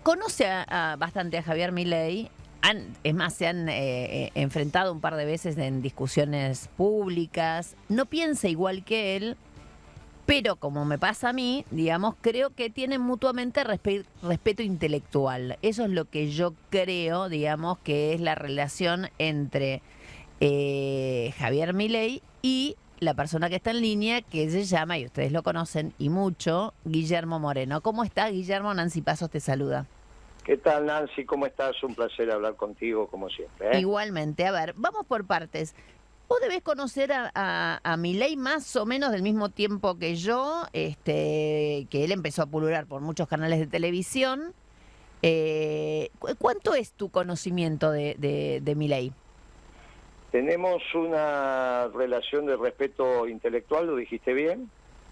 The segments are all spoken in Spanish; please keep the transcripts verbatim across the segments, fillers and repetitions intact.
conoce a, a bastante a Javier Milei. Han, es más, se han eh, enfrentado un par de veces en discusiones públicas. No piensa igual que él, pero como me pasa a mí, digamos, creo que tienen mutuamente respe respeto intelectual. Eso es lo que yo creo, digamos, que es la relación entre eh, Javier Milei y la persona que está en línea, que se llama, y ustedes lo conocen, y mucho, Guillermo Moreno. ¿Cómo está, Guillermo? Nancy Pasos te saluda. ¿Qué tal, Nancy? ¿Cómo estás? Un placer hablar contigo, como siempre. ¿eh? Igualmente. A ver, vamos por partes. Vos debés conocer a, a, a Milei más o menos del mismo tiempo que yo, este, que él empezó a pulular por muchos canales de televisión. Eh, ¿cu ¿Cuánto es tu conocimiento de, de, de Milei? Tenemos una relación de respeto intelectual, lo dijiste bien.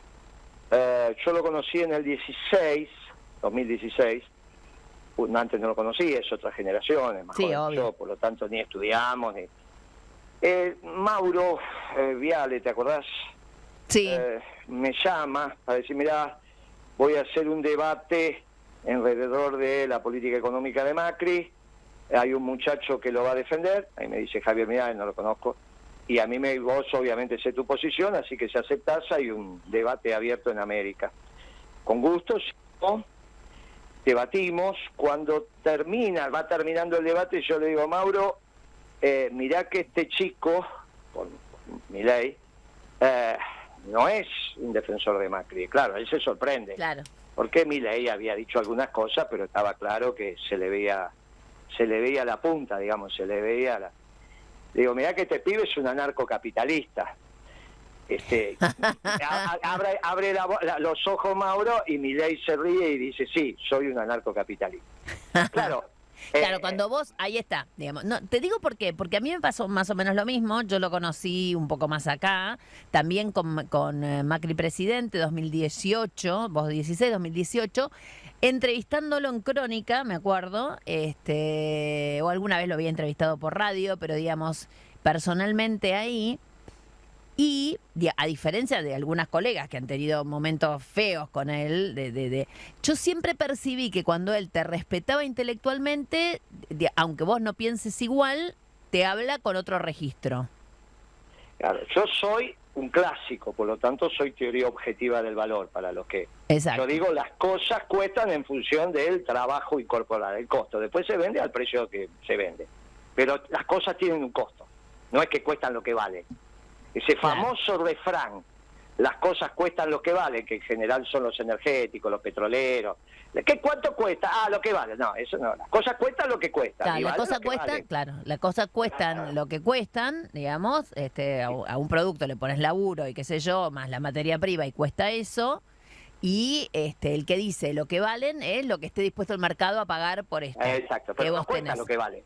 Eh, yo lo conocí en el dieciséis, dos mil dieciséis. Antes no lo conocí, es otra generación, es más Sí, joven que obvio. yo, por lo tanto ni estudiamos, ni... Eh, Mauro eh, Viale, ¿te acordás? Sí. Eh, me llama para decir, mirá, voy a hacer un debate alrededor de la política económica de Macri, hay un muchacho que lo va a defender, ahí me dice Javier, mirá, no lo conozco, y a mí me, vos obviamente sé tu posición, así que si aceptás hay un debate abierto en América. Con gusto, ¿no? Debatimos, cuando termina, va terminando el debate, yo le digo, Mauro, eh, mirá que este chico, por, por Milei, eh, no es un defensor de Macri. Claro, él se sorprende. Claro. Porque Milei había dicho algunas cosas, pero estaba claro que se le veía, se le veía la punta, digamos, se le veía la... Digo, mirá que este pibe es un anarcocapitalista. Este, a, a, abre abre la, la, los ojos Mauro y Milei se ríe y dice, sí, soy un anarcocapitalista. Claro. Claro, eh, cuando vos, ahí está, digamos. No, te digo por qué, porque a mí me pasó más o menos lo mismo, yo lo conocí un poco más acá, también con, con eh, Macri presidente, dos mil dieciocho, vos dieciséis, dos mil dieciocho, entrevistándolo en Crónica, me acuerdo, este, o alguna vez lo había entrevistado por radio, pero digamos, personalmente ahí. Y a diferencia de algunas colegas que han tenido momentos feos con él, de, de, de, yo siempre percibí que cuando él te respetaba intelectualmente, de, aunque vos no pienses igual, te habla con otro registro. Claro, yo soy un clásico, por lo tanto soy teoría objetiva del valor para los que... Exacto. Yo digo, las cosas cuestan en función del trabajo incorporar, el costo. Después se vende al precio que se vende. Pero las cosas tienen un costo, no es que cuestan lo que valen. Ese famoso claro. refrán, las cosas cuestan lo que valen, que en general son los energéticos, los petroleros. ¿Qué cuánto cuesta? Ah, lo que vale. No, eso no. Las cosas cuestan lo que cuestan. Claro, las cosas cuestan, valen. claro, las cosas cuestan claro. lo que cuestan, digamos, este, a, a un producto le pones laburo y qué sé yo, más la materia prima y cuesta eso. Y este, el que dice lo que valen es lo que esté dispuesto el mercado a pagar por esto. Exacto, pero que no vos cuesta tenés. lo que vale.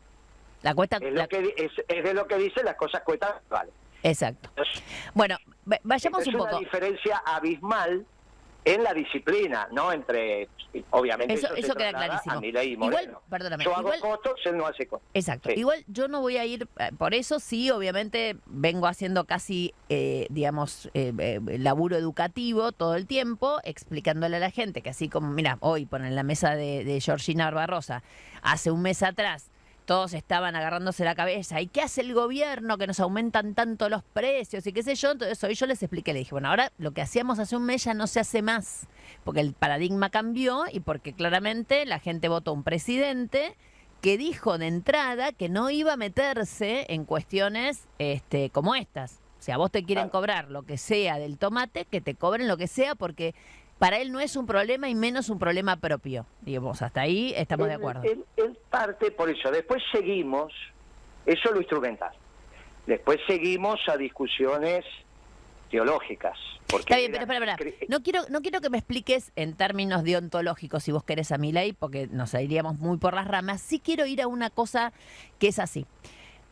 La cuesta, es, la... Lo que, es, es de lo que dice las cosas cuestan lo que vale. Exacto. Bueno, vayamos un poco. Es una diferencia abismal en la disciplina, no entre, obviamente, eso, eso, eso queda clarísimo. A Milei y Moreno. Igual, perdóname. Yo igual, hago costos, él no hace costos. Exacto. Sí. Igual yo no voy a ir, por eso sí, obviamente vengo haciendo casi, eh, digamos, eh, eh, laburo educativo todo el tiempo, explicándole a la gente que así como, mira, hoy ponen la mesa de, de Georgina Barbarosa, hace un mes atrás, todos estaban agarrándose la cabeza. ¿Y qué hace el gobierno que nos aumentan tanto los precios y qué sé yo? Entonces hoy yo les expliqué, le dije, bueno, ahora lo que hacíamos hace un mes ya no se hace más, porque el paradigma cambió y porque claramente la gente votó un presidente que dijo de entrada que no iba a meterse en cuestiones este, como estas. O sea, vos te quieren cobrar lo que sea del tomate, que te cobren lo que sea, porque para él no es un problema y menos un problema propio. Digamos, hasta ahí estamos él, de acuerdo. Él, él parte por eso. Después seguimos, eso es lo instrumental. Después seguimos a discusiones teológicas. Porque Está bien, pero espera, espera. No quiero, no quiero que me expliques en términos deontológicos si vos querés a Milei, porque nos iríamos muy por las ramas. Sí quiero ir a una cosa que es así.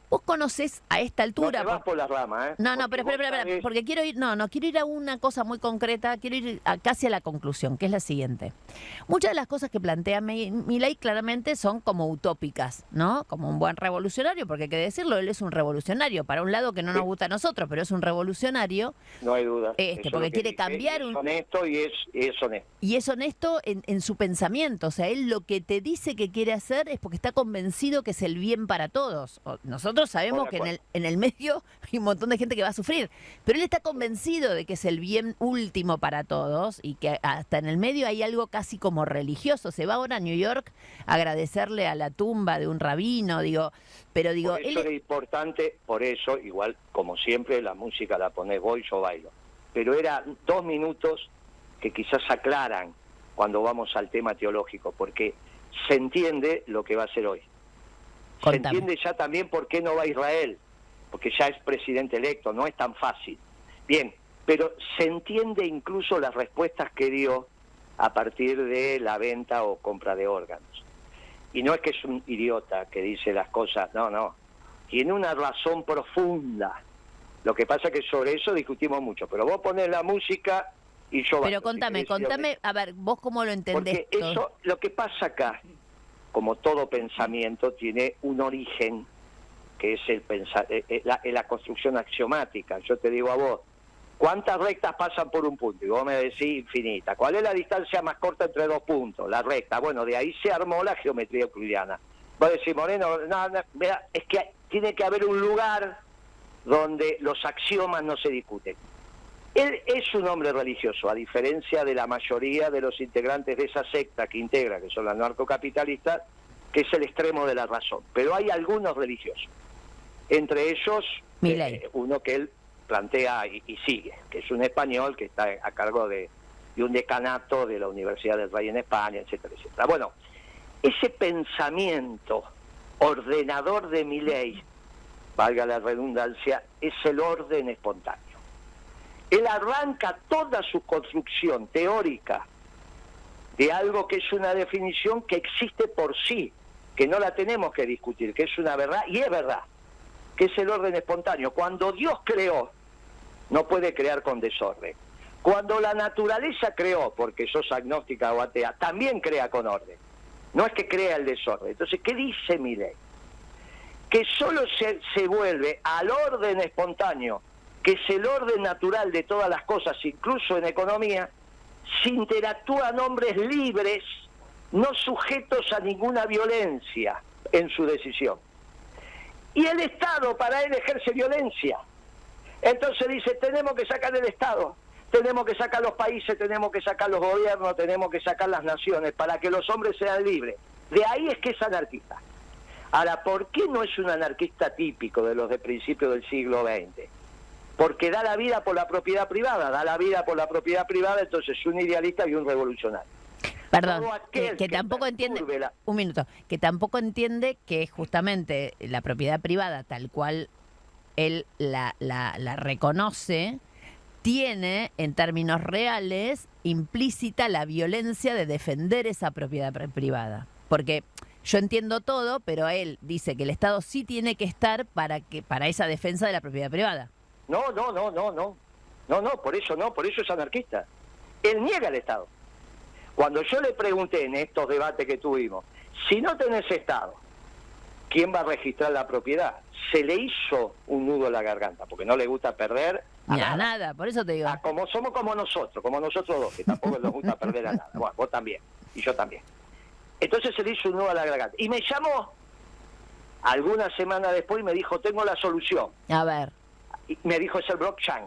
Vos conocés a esta altura... No te vas por... por las ramas, ¿eh? No, no, Porque pero espera, vos espera, espera, sabés- porque quiero ir, no, no, quiero ir a una cosa muy concreta, quiero ir a, casi a la conclusión, que es la siguiente. Muchas de las cosas que plantea Mi- Milei claramente son como utópicas, ¿no? Como un buen revolucionario, porque hay que decirlo, él es un revolucionario, para un lado que no nos Sí. gusta a nosotros, pero es un revolucionario, No hay duda. Este, Eso es porque lo que quiere dije, cambiar y es un- honesto y es, y es honesto. y es honesto en, en su pensamiento. O sea, él lo que te dice que quiere hacer es porque está convencido que es el bien para todos. O- Nosotros sabemos Estoy que de en el, acuerdo. en el medio hay un montón de gente que va a sufrir, pero él está convencido de que es el bien último para todos y que hasta en el medio hay algo casi como religioso. Se va ahora a New York a agradecerle a la tumba de un rabino, digo, pero digo, Por él eso es- era importante, por eso, igual, como siempre, la música la ponés vos y yo bailo. Pero era dos minutos que quizás aclaran cuando vamos al tema teológico, porque se entiende lo que va a hacer hoy. Se Contame. entiende ya también por qué no va a Israel, porque ya es presidente electo, no es tan fácil. Bien, pero se entiende incluso las respuestas que dio a partir de la venta o compra de órganos. Y no es que es un idiota que dice las cosas, no, no. Tiene una razón profunda. Lo que pasa es que sobre eso discutimos mucho, pero vos ponés la música y yo pero bailo, si contame, querés ir contame, a ver, vos cómo lo entendés. porque todo? eso, lo que pasa acá, como todo pensamiento, tiene un origen que es el pensa- eh, eh, la, eh, la construcción axiomática. Yo te digo a vos, ¿cuántas rectas pasan por un punto? Y vos me decís infinita. ¿Cuál es la distancia más corta entre dos puntos? La recta. Bueno, de ahí se armó la geometría euclidiana. Vos decís, Moreno, no, no, mira, es que tiene que haber un lugar donde los axiomas no se discuten. Él es un hombre religioso, a diferencia de la mayoría de los integrantes de esa secta que integra, que son los narcocapitalistas, que es el extremo de la razón. Pero hay algunos religiosos, entre ellos Milei. eh, uno que él plantea y, y sigue, que es un español que está a cargo de, de un decanato de la Universidad del Rey en España, etcétera, etcétera. Bueno, ese pensamiento ordenador de Milei, valga la redundancia, es el orden espontáneo. Él arranca toda su construcción teórica de algo que es una definición que existe por sí, que no la tenemos que discutir, que es una verdad, y es verdad, que es el orden espontáneo. Cuando Dios creó, no puede crear con desorden. Cuando la naturaleza creó, porque sos agnóstica o atea, también crea con orden. No es que crea el desorden. Entonces, ¿qué dice Milei? Que solo se, se vuelve al orden espontáneo, que es el orden natural de todas las cosas, incluso en economía, si interactúan hombres libres, no sujetos a ninguna violencia en su decisión. Y el Estado para él ejerce violencia. Entonces dice, tenemos que sacar el Estado, tenemos que sacar los países, tenemos que sacar los gobiernos, tenemos que sacar las naciones para que los hombres sean libres. De ahí es que es anarquista. Ahora, ¿por qué no es un anarquista típico de los de principios del siglo veinte? Porque da la vida por la propiedad privada, da la vida por la propiedad privada, entonces es un idealista y un revolucionario. Perdón, Todo aquel que, que que tampoco entiende, perturbe la- un minuto, que tampoco entiende que justamente la propiedad privada, tal cual él la, la, la reconoce, tiene en términos reales implícita la violencia de defender esa propiedad pri- privada. Porque yo entiendo todo, pero él dice que el Estado sí tiene que estar para, que, para esa defensa de la propiedad privada. No, no, no, no, no. No, no, por eso no, por eso es anarquista. Él niega el Estado. Cuando yo le pregunté en estos debates que tuvimos, si no tenés Estado, ¿quién va a registrar la propiedad? Se le hizo un nudo en la garganta, porque no le gusta perder a Ni a nada. nada, por eso te digo. Ah, como somos como nosotros, como nosotros dos, que tampoco nos gusta perder a nada. Bueno, vos también, y yo también. Entonces se le hizo un nudo a la garganta. Y me llamó algunas semanas después y me dijo, tengo la solución. A ver. Y me dijo, es el blockchain.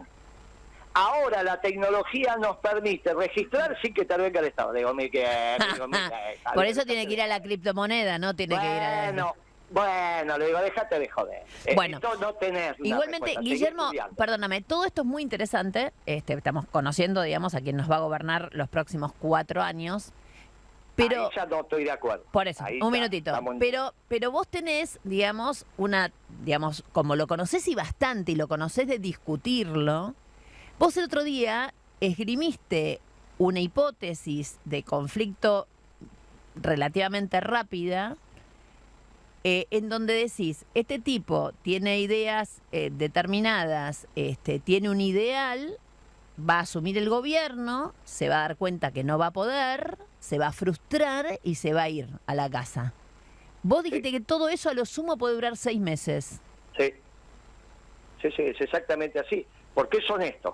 Ahora la tecnología nos permite registrar sin que te venga el Estado. Digo, Miguel, digo, Miguel, Por eso tiene que ir a la criptomoneda, no tiene que ir a... Bueno, bueno, le digo, déjate de joder. Bueno, Esto no tenés una igualmente, respuesta, seguí Guillermo, estudiando. perdóname, todo esto es muy interesante. Este, estamos conociendo, digamos, a quien nos va a gobernar los próximos cuatro años. Pero, Ahí ya no estoy de acuerdo. por eso, Ahí un ya minutito. estamos en- Pero, pero vos tenés, digamos, una, digamos, como lo conocés y bastante, y lo conocés de discutirlo, vos el otro día esgrimiste una hipótesis de conflicto relativamente rápida eh, en donde decís, este tipo tiene ideas eh, determinadas, este, tiene un ideal, va a asumir el gobierno, se va a dar cuenta que no va a poder, se va a frustrar y se va a ir a la casa. Vos dijiste Sí. que todo eso a lo sumo puede durar seis meses. Sí, sí, sí, es exactamente así. Porque es honesto.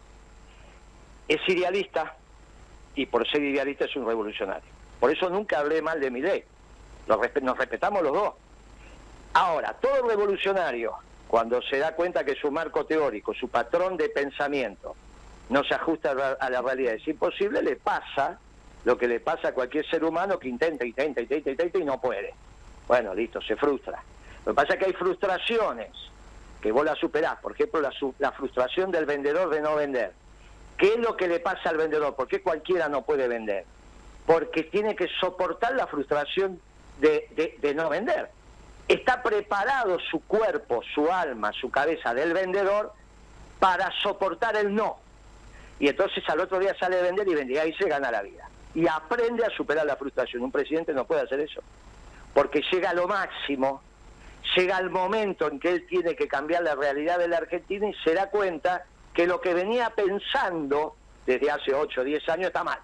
Es idealista y por ser idealista es un revolucionario. Por eso nunca hablé mal de Milei. Lo respe- nos respetamos los dos. Ahora, todo revolucionario, cuando se da cuenta que su marco teórico, su patrón de pensamiento, no se ajusta a la, a la realidad, es imposible, le pasa lo que le pasa a cualquier ser humano que intenta, intenta, intenta, intenta y no puede. Bueno, listo, se frustra. Lo que pasa es que hay frustraciones que vos las superás. Por ejemplo, la, su- la frustración del vendedor de no vender. ¿Qué es lo que le pasa al vendedor? ¿Por qué cualquiera no puede vender? Porque tiene que soportar la frustración de, de, de no vender. Está preparado su cuerpo, su alma, su cabeza del vendedor para soportar el no. Y entonces al otro día sale a vender y vende, y ahí se gana la vida. Y aprende a superar la frustración. Un presidente no puede hacer eso. Porque llega a lo máximo, llega el momento en que él tiene que cambiar la realidad de la Argentina y se da cuenta que lo que venía pensando desde hace ocho o diez años está mal.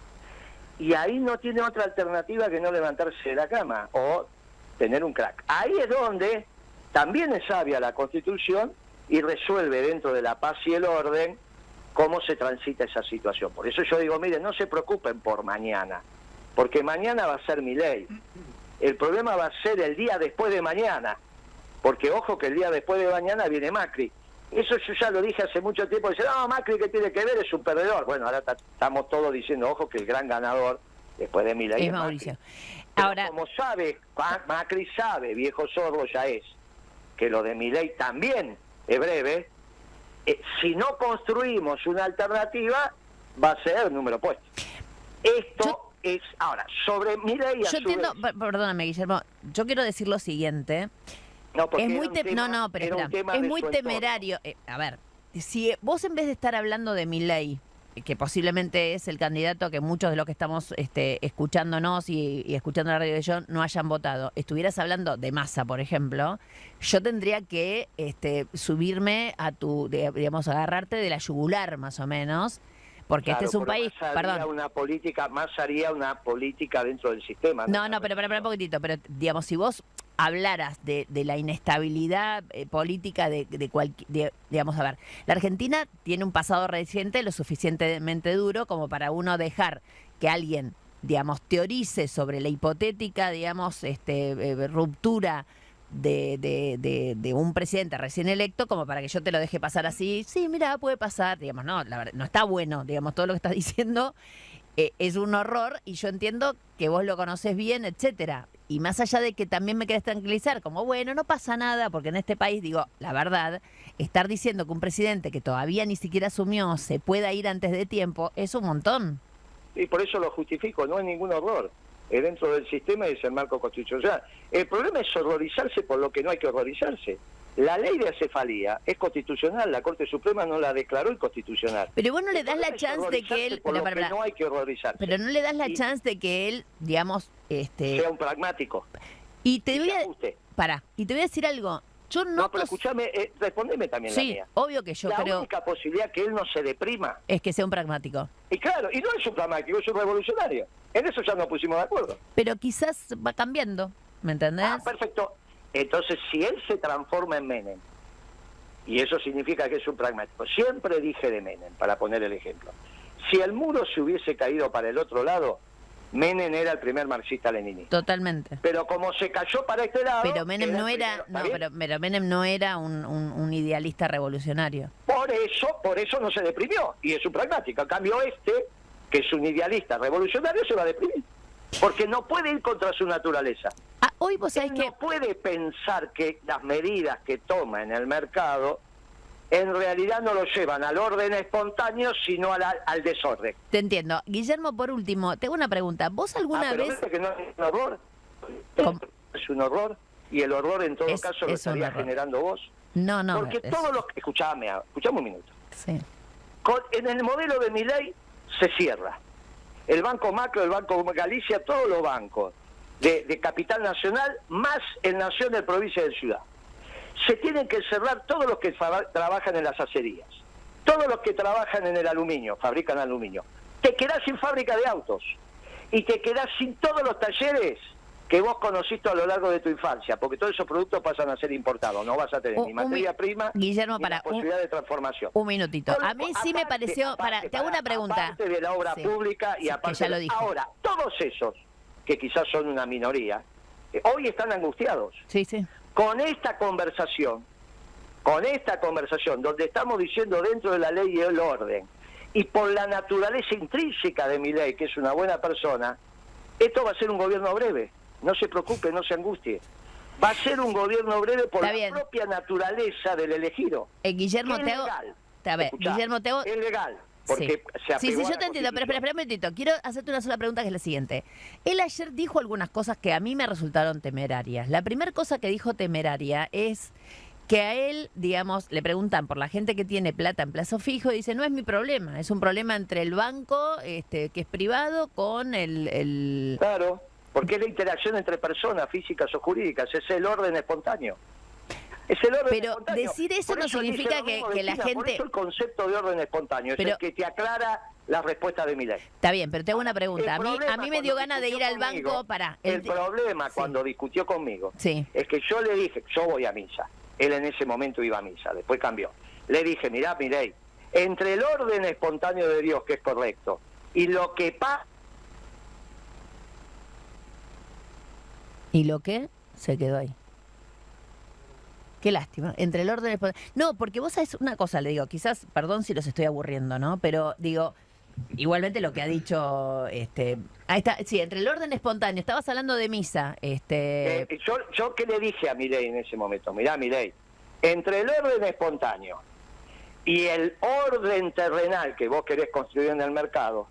Y ahí no tiene otra alternativa que no levantarse de la cama o tener un crack. Ahí es donde también es sabia la Constitución y resuelve dentro de la paz y el orden cómo se transita esa situación. Por eso yo digo, miren, no se preocupen por mañana, porque mañana va a ser Milei. El problema va a ser el día después de mañana, porque ojo que el día después de mañana viene Macri. Eso yo ya lo dije hace mucho tiempo, dice, no, Macri, ¿qué tiene que ver? Es un perdedor. Bueno, ahora estamos todos diciendo, ojo, que el gran ganador después de Milei Es es Mauricio. Macri. Pero Ahora, como sabe, Macri sabe, viejo sordo ya es, que lo de Milei también es breve, eh, si no construimos una alternativa, va a ser número puesto. Esto yo, es, ahora, sobre Milei a yo su entiendo, vez, perdóname, Guillermo, yo quiero decir lo siguiente. no, porque Es era muy un te- tema- no, no, pero era un espera, tema es de muy su entorno. temerario. Eh, a ver, si vos en vez de estar hablando de Milei, que posiblemente es el candidato que muchos de los que estamos este, escuchándonos y, y escuchando la radio de John no hayan votado, estuvieras hablando de Massa, por ejemplo, yo tendría que este, subirme a tu, de- digamos, agarrarte de la yugular más o menos, porque Claro, este es un pero país, más haría perdón. una política, más haría una política dentro del sistema. No, no, pero para, para un poquitito, pero digamos, si vos hablaras de, de la inestabilidad eh, política de, de cualquier, digamos, a ver, la Argentina tiene un pasado reciente lo suficientemente duro como para uno dejar que alguien, digamos, teorice sobre la hipotética, digamos, este, eh, ruptura de, de, de, de un presidente recién electo como para que yo te lo deje pasar así. Sí, mira, puede pasar, digamos, no, la verdad, no está bueno, digamos, todo lo que estás diciendo. Eh, es un horror y yo entiendo que vos lo conoces bien, etcétera. Y más allá de que también me querés tranquilizar, como bueno, no pasa nada, porque en este país, digo, la verdad, estar diciendo que un presidente que todavía ni siquiera asumió se pueda ir antes de tiempo, es un montón. Y por eso lo justifico, no es ningún horror. Es dentro del sistema y es el marco constitucional. El problema es horrorizarse por lo que no hay que horrorizarse. La ley de acefalía es constitucional, la Corte Suprema no la declaró inconstitucional. Pero vos no le El das la problema es chance de que horrorizarse él... por Pero, lo para, que para, no hay que horrorizarse. pero no le das la Y chance de que él, digamos, este... sea un pragmático. Y te y voy se a... ajuste. Para, y te voy a decir algo. Yo no... No, pero escúchame, eh, respondeme también la Sí, mía. obvio que yo la creo... única posibilidad que él no se deprima. Es que sea un pragmático. Y claro, y no es un pragmático, es un revolucionario. En eso ya nos pusimos de acuerdo. Pero quizás va cambiando, ¿me entendés? Ah, perfecto. Entonces, si él se transforma en Menem, y eso significa que es un pragmático, siempre dije de Menem, para poner el ejemplo, si el muro se hubiese caído para el otro lado, Menem era el primer marxista-leninista. Totalmente. Pero como se cayó para este lado... Pero Menem no el era, primero, no, ¿está bien? pero, pero Menem no era un, un, un idealista revolucionario. Por eso, por eso no se deprimió, y es un pragmático. En cambio este, que es un idealista revolucionario, se va a deprimir. Porque no puede ir contra su naturaleza. Ah, hoy vos sabés Él que... no puede pensar que las medidas que toma en el mercado en realidad no lo llevan al orden espontáneo, sino al, al desorden. Te entiendo. Guillermo, por último, tengo una pregunta. ¿Vos alguna ah, pero vez... ¿ves que no es un horror? ¿Cómo? Es un horror, y el horror en todo Es- caso lo es un estaría horror. generando vos. No, no. Porque es- todos los... Escuchame, escuchame un minuto. Sí. Con- en el modelo de Milei se cierra. El Banco Macro, el Banco Galicia, todos los bancos de, de capital nacional, más en naciones, provincia y ciudad. Se tienen que cerrar todos los que trabajan en las acerías, todos los que trabajan en el aluminio, fabrican aluminio. Te quedás sin fábrica de autos y te quedás sin todos los talleres que vos conociste a lo largo de tu infancia, porque todos esos productos pasan a ser importados, no vas a tener un, ni materia un, prima Guillermo, ni para, la posibilidad un, de transformación. Un minutito. Todo, a mí sí aparte, me pareció, aparte, para, te hago una pregunta. Aparte de la obra sí, pública y sí, aparte, que ya lo dijo. Ahora, todos esos, que quizás son una minoría, eh, hoy están angustiados. Sí, sí. Con esta conversación, con esta conversación, donde estamos diciendo dentro de la ley y el orden, y por la naturaleza intrínseca de Milei, que es una buena persona, esto va a ser un gobierno breve. No se preocupe, no se angustie. Va a ser un gobierno breve por Está la bien. propia naturaleza del elegido. Eh, Guillermo, es te hago... legal. A ver, Escuchá, Guillermo, te hago... es legal. Porque sí. se sí, sí, apegó yo a te la entiendo, pero espera, espera un momentito. Quiero hacerte una sola pregunta, que es la siguiente. Él ayer dijo algunas cosas que a mí me resultaron temerarias. La primera cosa que dijo temeraria es que a él, digamos, le preguntan por la gente que tiene plata en plazo fijo y dice, no es mi problema, es un problema entre el banco, este, que es privado, con el... el... Claro, porque es la interacción entre personas físicas o jurídicas, es el orden espontáneo. Es el orden Pero espontáneo. decir eso Por no eso significa dice que, mismo, que la Delfina, gente... Por eso el concepto de orden espontáneo Pero... es el que te aclara la respuesta de Milei. Está bien, pero te hago una pregunta. A mí, a mí me dio ganas de ir al conmigo, banco para... El, el problema sí. cuando discutió conmigo sí. es que yo le dije, yo voy a misa. Él en ese momento iba a misa, después cambió. Le dije, mirá, Milei, entre el orden espontáneo de Dios, que es correcto, y lo que pasa... ¿Y lo que? Se quedó ahí. Qué lástima. Entre el orden espontáneo... No, porque vos sabés una cosa, le digo, quizás, perdón si los estoy aburriendo, ¿no? Pero digo, igualmente lo que ha dicho... este ahí está, sí, entre el orden espontáneo, estabas hablando de misa. este Eh, yo, yo qué le dije a Milei en ese momento, mirá, Milei, entre el orden espontáneo y el orden terrenal que vos querés construir en el mercado,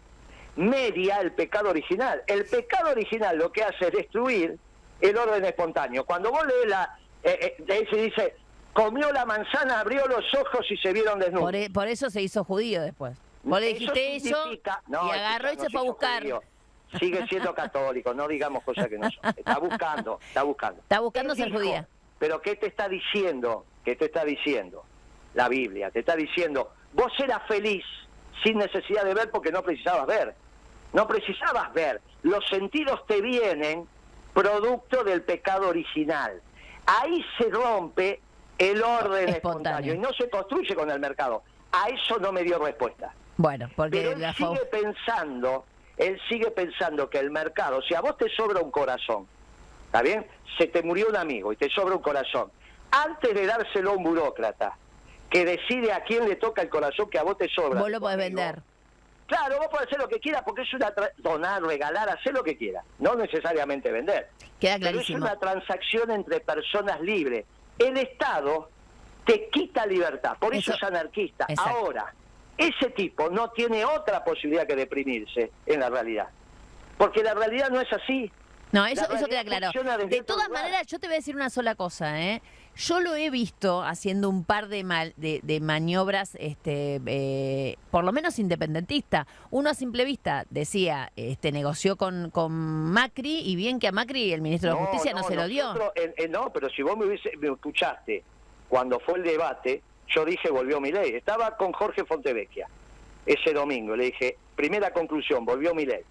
media el pecado original. El pecado original lo que hace es destruir el orden espontáneo. Cuando vos lees la... Eh, eh, se dice, comió la manzana, abrió los ojos y se vieron desnudos. Por, e, por eso se hizo judío después. Vos le dijiste eso, no, y agarró y no se se fue a buscar. Judío. Sigue siendo católico, no digamos cosas que no son. Está buscando, está buscando. Está buscando Él ser dijo, judía. Pero ¿qué te está diciendo? ¿Qué te está diciendo? La Biblia te está diciendo, vos eras feliz sin necesidad de ver porque no precisabas ver. No precisabas ver. Los sentidos te vienen producto del pecado original. Ahí se rompe el orden espontáneo, espontáneo y no se construye con el mercado. A eso no me dio respuesta. Bueno, porque Pero él la sigue pensando, él sigue pensando que el mercado, si a vos te sobra un corazón, ¿está bien? Se te murió un amigo y te sobra un corazón. Antes de dárselo a un burócrata que decide a quién le toca el corazón que a vos te sobra. Vos lo podés vender. Claro, vos podés hacer lo que quieras porque es una... donar, regalar, hacer lo que quieras. No necesariamente vender. Queda Pero clarísimo. es una transacción entre personas libres. El Estado te quita libertad. Por eso, eso es anarquista. Exacto. Ahora, ese tipo no tiene otra posibilidad que deprimirse en la realidad. Porque la realidad no es así. No, eso, eso queda claro. De todas lugar. maneras, yo te voy a decir una sola cosa, ¿eh? Yo lo he visto haciendo un par de mal, de, de maniobras, este, eh, por lo menos independentista. Uno a simple vista decía, este, negoció con, con Macri, y bien que a Macri el ministro no, de Justicia no, no se lo dio. Eh, eh, no, pero si vos me, hubiese, me escuchaste cuando fue el debate, yo dije volvió Milei. Estaba con Jorge Fontevecchia ese domingo. Le dije, primera conclusión, volvió Milei.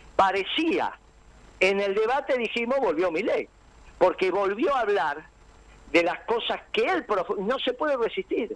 Parecía, en el debate dijimos volvió Milei, porque volvió a hablar de las cosas que él no se puede resistir.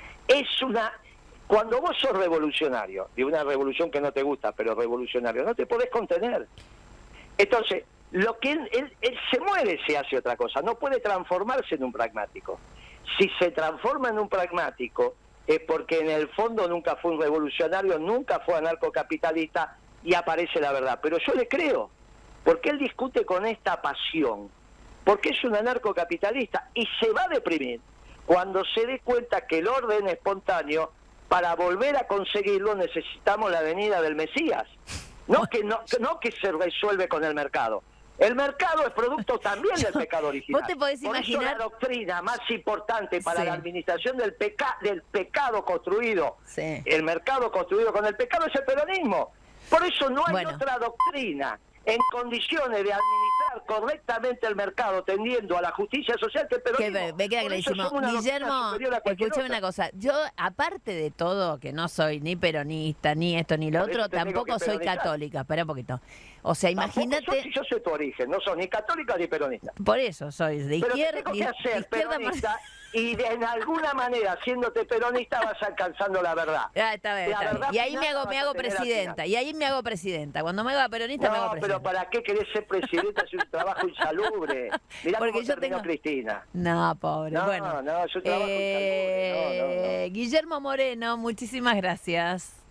Es una... Cuando vos sos revolucionario, de una revolución que no te gusta, pero revolucionario, no te podés contener. Entonces, lo que él, él, él se muere si hace otra cosa, no puede transformarse en un pragmático. Si se transforma en un pragmático, es porque en el fondo nunca fue un revolucionario, nunca fue anarcocapitalista, y aparece la verdad. Pero yo le creo, porque él discute con esta pasión, porque es un anarcocapitalista y se va a deprimir cuando se dé cuenta que el orden espontáneo, para volver a conseguirlo necesitamos la venida del Mesías, no que no, no que se resuelve con el mercado. El mercado es producto también del pecado original. ¿Vos te podés Por imaginar? eso la doctrina más importante para sí. la administración del, peca del pecado construido, sí. el mercado construido con el pecado, es el peronismo. Por eso no hay bueno. otra doctrina en condiciones de administrar manejar correctamente el mercado tendiendo a la justicia social que el peronismo. Que me queda Por eso clarísimo. somos una Guillermo, doctrina superior a cualquier escúchame otra. una cosa. Yo, aparte de todo, que no soy ni peronista, ni esto, ni lo Por eso otro, te digo tampoco que soy peronista. católica. Espera un poquito. O sea, Tampoco imagínate... sos, yo sé tu origen, no sos ni católica ni peronista. Por eso soy de Pero te izquierda... tengo que de hacer izquierda por- peronista y de en alguna manera, haciéndote peronista, vas alcanzando la verdad. Ah, está bien, La está bien. verdad Y ahí final me hago, la me vas hago a tener al presidenta. Y ahí me hago presidenta. Cuando me haga peronista, me hago No, presidenta. pero ¿para qué querés ser presidenta? Es un trabajo insalubre. Mirá Porque cómo yo terminó tengo- Cristina. No, pobre. No, bueno, no, es un trabajo eh, insalubre. No, no, no. Guillermo Moreno, muchísimas gracias.